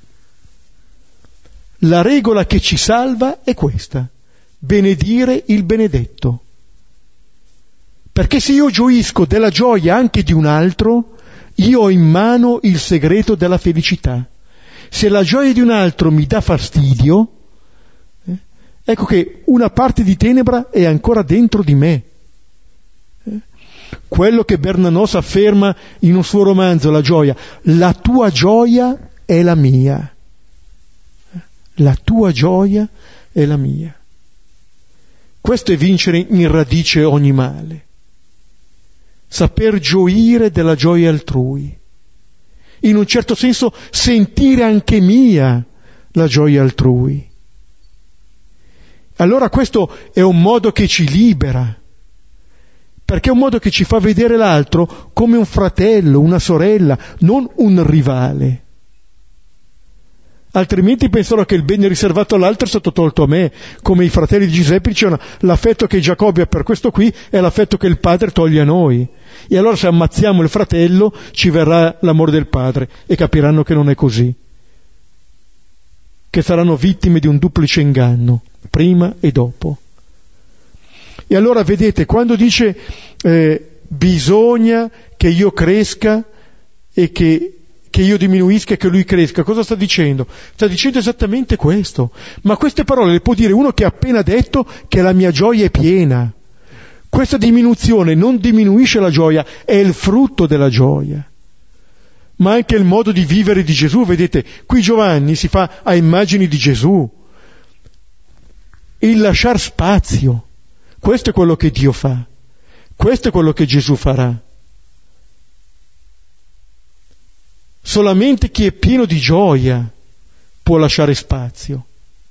La regola che ci salva è questa: benedire il benedetto. Perché se io gioisco della gioia anche di un altro, io ho in mano il segreto della felicità. Se la gioia di un altro mi dà fastidio, eh, ecco che una parte di tenebra è ancora dentro di me. Eh, quello che Bernanos afferma in un suo romanzo, La gioia: la tua gioia è la mia. La tua gioia è la mia. Questo è vincere in radice ogni male. Saper gioire della gioia altrui. In un certo senso sentire anche mia la gioia altrui. Allora questo è un modo che ci libera, perché è un modo che ci fa vedere l'altro come un fratello, una sorella, non un rivale. Altrimenti penserò che il bene riservato all'altro è stato tolto a me, come i fratelli di Giuseppe dicevano: l'affetto che Giacobbe ha per questo qui è l'affetto che il padre toglie a noi. E allora se ammazziamo il fratello ci verrà l'amore del padre, e capiranno che non è così, che saranno vittime di un duplice inganno, prima e dopo. E allora vedete, quando dice eh, bisogna che io cresca e che che io diminuisca e che lui cresca, cosa sta dicendo? Sta dicendo esattamente questo. Ma queste parole le può dire uno che ha appena detto che la mia gioia è piena. Questa diminuzione non diminuisce la gioia, è il frutto della gioia. Ma anche il modo di vivere di Gesù, vedete, qui Giovanni si fa a immagini di Gesù. Il lasciar spazio, questo è quello che Dio fa, questo è quello che Gesù farà. Solamente chi è pieno di gioia può lasciare spazio.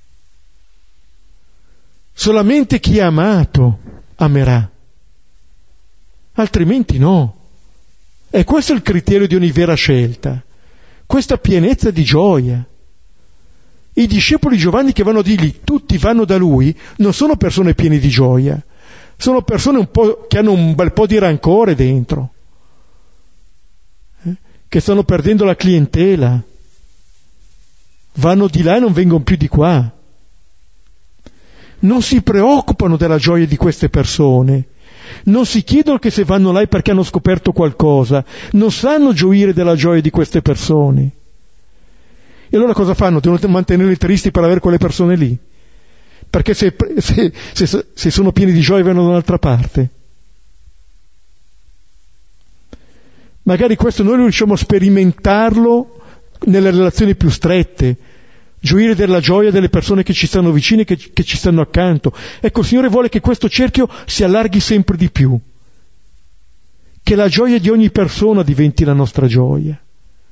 Solamente chi è amato amerà, altrimenti no. E questo è il criterio di ogni vera scelta, questa pienezza di gioia. I discepoli di Giovanni che vanno a dirgli tutti vanno da lui non sono persone piene di gioia, sono persone un po' che hanno un bel po' di rancore dentro. che stanno perdendo la clientela, vanno di là e non vengono più di qua. Non si preoccupano della gioia di queste persone, non si chiedono che se vanno là è perché hanno scoperto qualcosa, non sanno gioire della gioia di queste persone. E allora cosa fanno? Devono mantenerli tristi per avere quelle persone lì? Perché se, se, se, se sono pieni di gioia vanno da un'altra parte. Magari questo noi riusciamo a sperimentarlo nelle relazioni più strette, gioire della gioia delle persone che ci stanno vicine, che, che ci stanno accanto. Ecco, il Signore vuole che questo cerchio si allarghi sempre di più, che la gioia di ogni persona diventi la nostra gioia,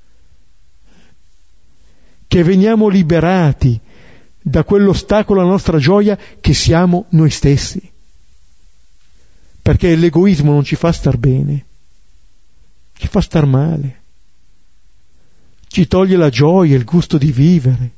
che veniamo liberati da quell'ostacolo alla nostra gioia che siamo noi stessi, perché l'egoismo non ci fa star bene, ci fa star male, ci toglie la gioia, il gusto di vivere.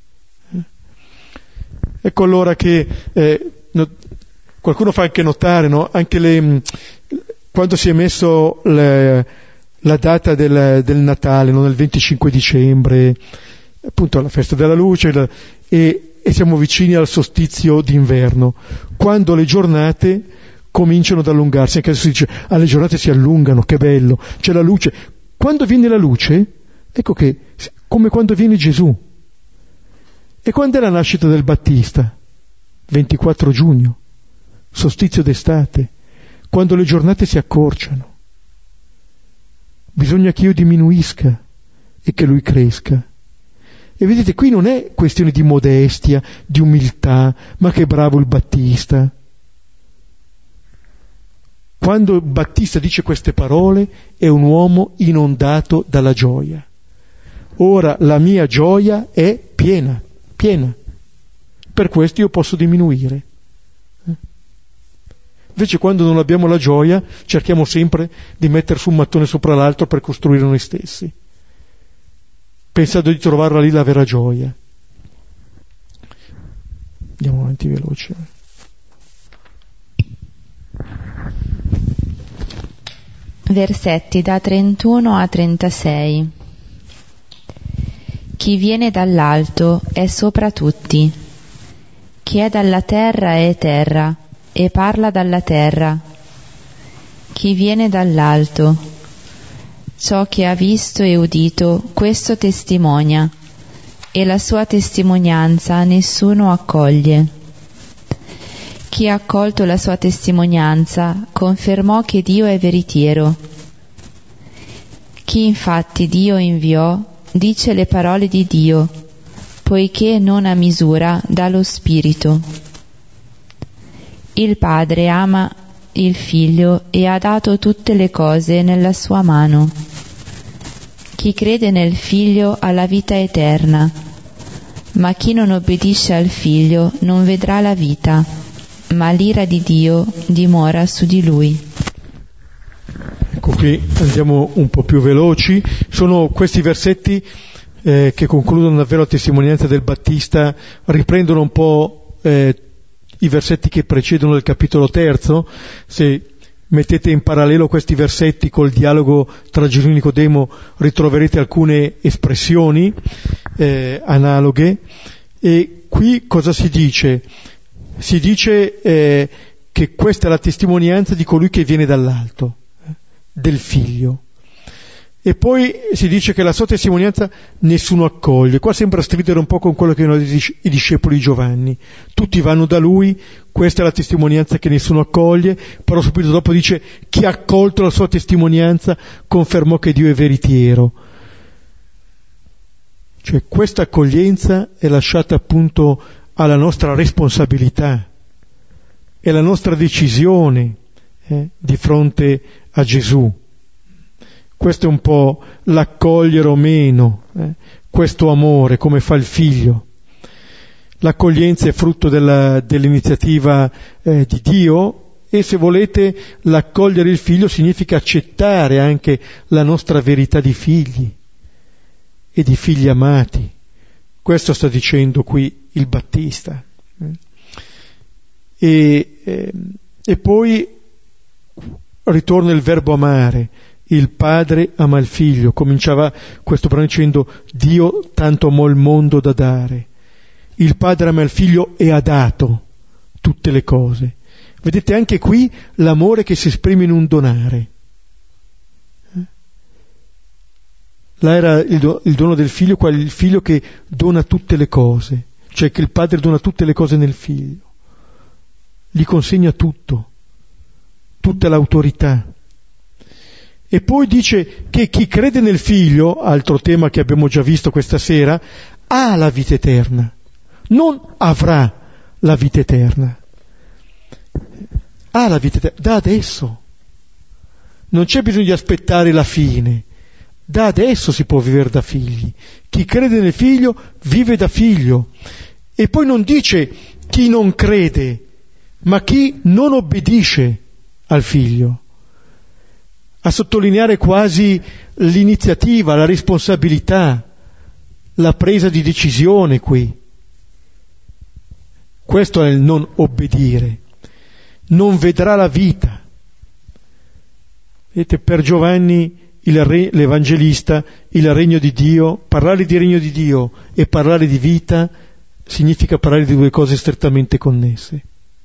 Ecco allora che eh, no, qualcuno fa anche notare, no? Anche le, quando si è messo le, la data del, del Natale, no? Nel venticinque dicembre, appunto la festa della luce, la, e, e siamo vicini al solstizio d'inverno, quando le giornate cominciano ad allungarsi, anche se si dice ah, le giornate si allungano, che bello, c'è la luce. Quando viene la luce, ecco che come quando viene Gesù. E quando è la nascita del Battista? ventiquattro giugno, solstizio d'estate, quando le giornate si accorciano. Bisogna che io diminuisca e che lui cresca. E vedete, qui non è questione di modestia, di umiltà, ma che bravo il Battista. Quando Battista dice queste parole è un uomo inondato dalla gioia. Ora la mia gioia è piena. piena, per questo io posso diminuire. Invece quando non abbiamo la gioia cerchiamo sempre di mettere su un mattone sopra l'altro per costruire noi stessi, pensando di trovarla lì la vera gioia. Andiamo avanti veloce. Versetti da trentuno a trentasei. Chi viene dall'alto è sopra tutti. Chi è dalla terra è terra e parla dalla terra. Chi viene dall'alto, ciò che ha visto e udito, questo testimonia, e la sua testimonianza nessuno accoglie. Chi ha accolto la sua testimonianza confermò che Dio è veritiero. Chi infatti Dio inviò dice le parole di Dio, poiché non a misura dà lo Spirito. Il Padre ama il Figlio e ha dato tutte le cose nella sua mano. Chi crede nel Figlio ha la vita eterna, ma chi non obbedisce al Figlio non vedrà la vita, ma l'ira di Dio dimora su di lui. Ecco, qui andiamo un po' più veloci. Sono questi versetti eh, che concludono davvero la testimonianza del Battista, riprendono un po' eh, i versetti che precedono il capitolo terzo. Se mettete in parallelo questi versetti col dialogo tra Gesù e Nicodemo ritroverete alcune espressioni eh, analoghe. E qui cosa si dice? Si dice eh, che questa è la testimonianza di colui che viene dall'alto, del Figlio. E poi si dice che la sua testimonianza nessuno accoglie. Qua sembra stridere un po' con quello che erano i discepoli di Giovanni. Tutti vanno da lui, questa è la testimonianza che nessuno accoglie, però subito dopo dice chi ha accolto la sua testimonianza confermò che Dio è veritiero. Cioè questa accoglienza è lasciata appunto alla nostra responsabilità, è la nostra decisione eh, di fronte a Gesù. Questo è un po' l'accogliere o meno eh, questo amore, come fa il Figlio. L'accoglienza è frutto della, dell'iniziativa eh, di Dio, e se volete l'accogliere il Figlio significa accettare anche la nostra verità di figli e di figli amati. Questo sta dicendo qui il Battista. E, eh, e poi ritorna il verbo amare. Il padre ama il figlio. Cominciava questo brano dicendo: Dio tanto amò il mondo da dare. Il padre ama il figlio e ha dato tutte le cose. Vedete anche qui l'amore che si esprime in un donare. Là era il, do, il dono del figlio, qua il figlio che dona tutte le cose, cioè che il padre dona tutte le cose nel figlio, gli consegna tutto, tutta l'autorità. E poi dice che chi crede nel figlio, altro tema che abbiamo già visto questa sera, ha la vita eterna, non avrà la vita eterna, ha la vita eterna, da adesso. Non c'è bisogno di aspettare la fine. Da adesso si può vivere da figli. Chi crede nel figlio vive da figlio. E poi non dice chi non crede, ma chi non obbedisce al figlio. A sottolineare quasi l'iniziativa, la responsabilità, la presa di decisione qui. Questo è il non obbedire. Non vedrà la vita. Vedete, per Giovanni il re, l'Evangelista, il regno di Dio, parlare di regno di Dio e parlare di vita significa parlare di due cose strettamente connesse.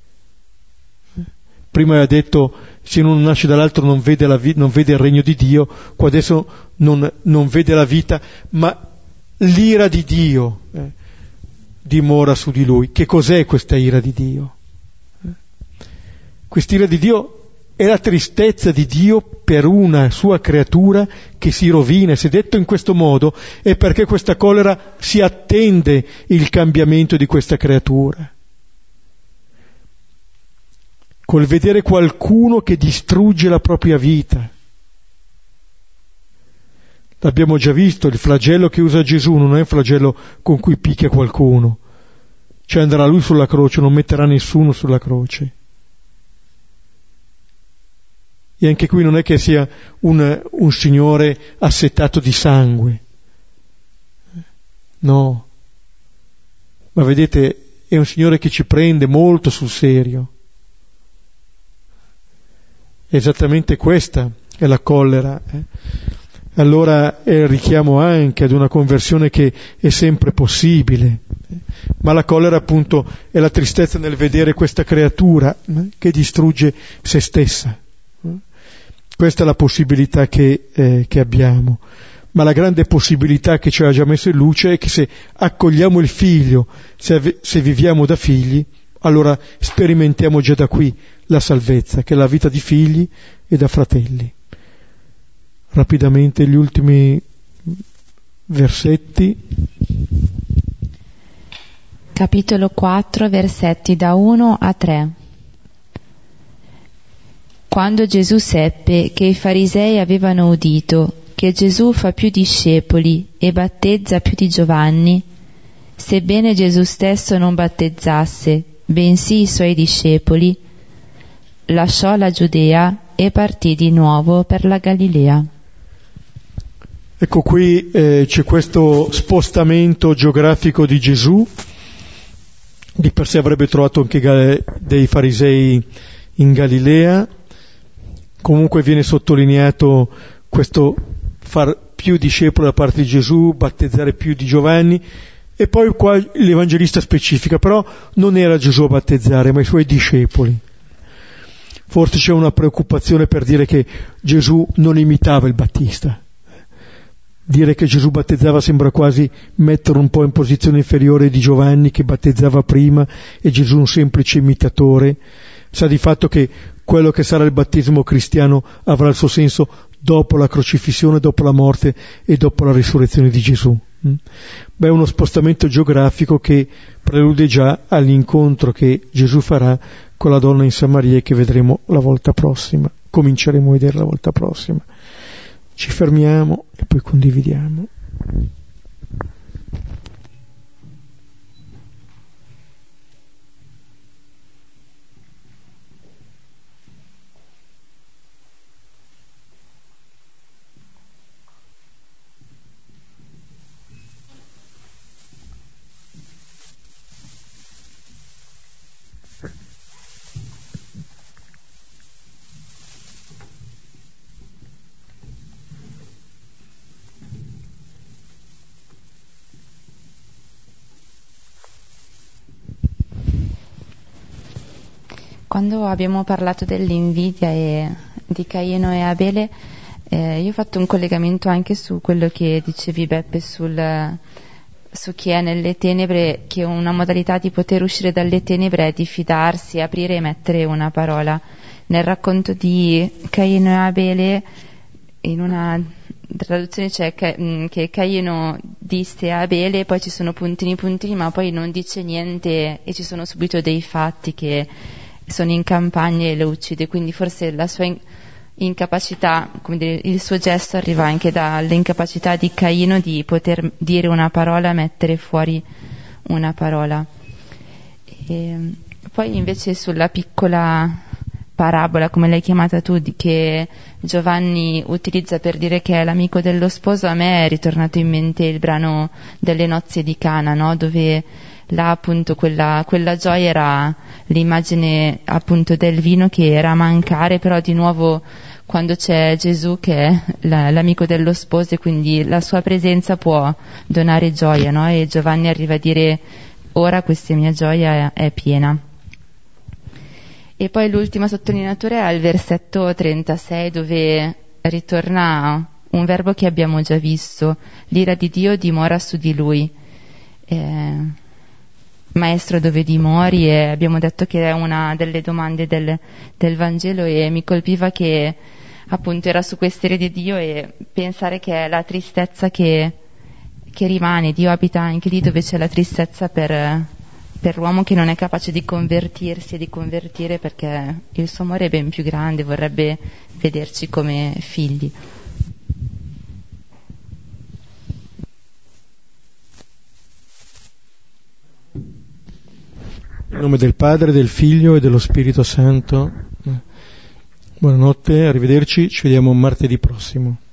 Prima aveva detto: se uno non nasce dall'altro non vede, la vi- non vede il regno di Dio, qua adesso non, non vede la vita, ma l'ira di Dio eh, dimora su di lui. Che cos'è questa ira di Dio? Eh? Quest'ira di Dio è la tristezza di Dio per una sua creatura che si rovina. Se detto in questo modo è perché questa collera si attende il cambiamento di questa creatura. Col vedere qualcuno che distrugge la propria vita. L'abbiamo già visto, il flagello che usa Gesù non è un flagello con cui picchia qualcuno. Cioè andrà lui sulla croce, non metterà nessuno sulla croce. E anche qui non è che sia un, un Signore assetato di sangue. No. Ma vedete, è un Signore che ci prende molto sul serio. Esattamente questa è la collera. Eh? Allora è il richiamo anche ad una conversione che è sempre possibile. Ma la collera appunto è la tristezza nel vedere questa creatura eh? che distrugge se stessa. Questa è la possibilità che, eh, che abbiamo. Ma la grande possibilità che ci ha già messo in luce è che se accogliamo il figlio, se, se viviamo da figli, allora sperimentiamo già da qui la salvezza, che è la vita di figli e da fratelli. Rapidamente gli ultimi versetti. Capitolo quattro, versetti da uno a tre. Quando Gesù seppe che i farisei avevano udito che Gesù fa più discepoli e battezza più di Giovanni, sebbene Gesù stesso non battezzasse, bensì i suoi discepoli, lasciò la Giudea e partì di nuovo per la Galilea. Ecco qui eh, c'è questo spostamento geografico di Gesù. Di per sé avrebbe trovato anche Gal- dei farisei in Galilea. Comunque viene sottolineato questo far più discepoli da parte di Gesù, battezzare più di Giovanni, e poi qua l'Evangelista specifica, però non era Gesù a battezzare, ma i suoi discepoli. Forse c'è una preoccupazione per dire che Gesù non imitava il Battista. Dire che Gesù battezzava sembra quasi mettere un po' in posizione inferiore di Giovanni che battezzava prima e Gesù un semplice imitatore. Sa di fatto che quello che sarà il battesimo cristiano avrà il suo senso dopo la crocifissione, dopo la morte e dopo la risurrezione di Gesù. Beh, è uno spostamento geografico che prelude già all'incontro che Gesù farà con la donna in Samaria e che vedremo la volta prossima, cominceremo a vedere la volta prossima. Ci fermiamo e poi condividiamo. quando abbiamo parlato dell'invidia e di Caino e Abele, eh, io ho fatto un collegamento anche su quello che dicevi, Beppe, sul, su chi è nelle tenebre, che una modalità di poter uscire dalle tenebre è di fidarsi, aprire e mettere una parola. Nel racconto di Caino e Abele, in una traduzione c'è che, che Caino disse a Abele, poi ci sono puntini puntini, ma poi non dice niente e ci sono subito dei fatti che sono in campagna e lo uccide, quindi forse la sua in- incapacità, come dire, il suo gesto arriva anche dall'incapacità di Caino di poter dire una parola, mettere fuori una parola. E poi invece sulla piccola parabola, come l'hai chiamata tu, di che Giovanni utilizza per dire che è l'amico dello sposo, a me è ritornato in mente il brano delle nozze di Cana, no? Dove là appunto quella, quella gioia era l'immagine appunto del vino che era a mancare, però di nuovo quando c'è Gesù che è la, l'amico dello sposo, e quindi la sua presenza può donare gioia, no? E Giovanni arriva a dire: ora questa mia gioia è, è piena. E poi l'ultima sottolineatura è al versetto trentasei, dove ritorna un verbo che abbiamo già visto: l'ira di Dio dimora su di lui. Eh, Maestro, dove dimori? E abbiamo detto che è una delle domande del, del Vangelo, e mi colpiva che appunto era su questa ira di Dio, e pensare che è la tristezza che, che rimane. Dio abita anche lì dove c'è la tristezza per, per l'uomo che non è capace di convertirsi e di convertire, perché il suo amore è ben più grande, vorrebbe vederci come figli. In nome del Padre, del Figlio e dello Spirito Santo. Buonanotte, arrivederci, ci vediamo martedì prossimo.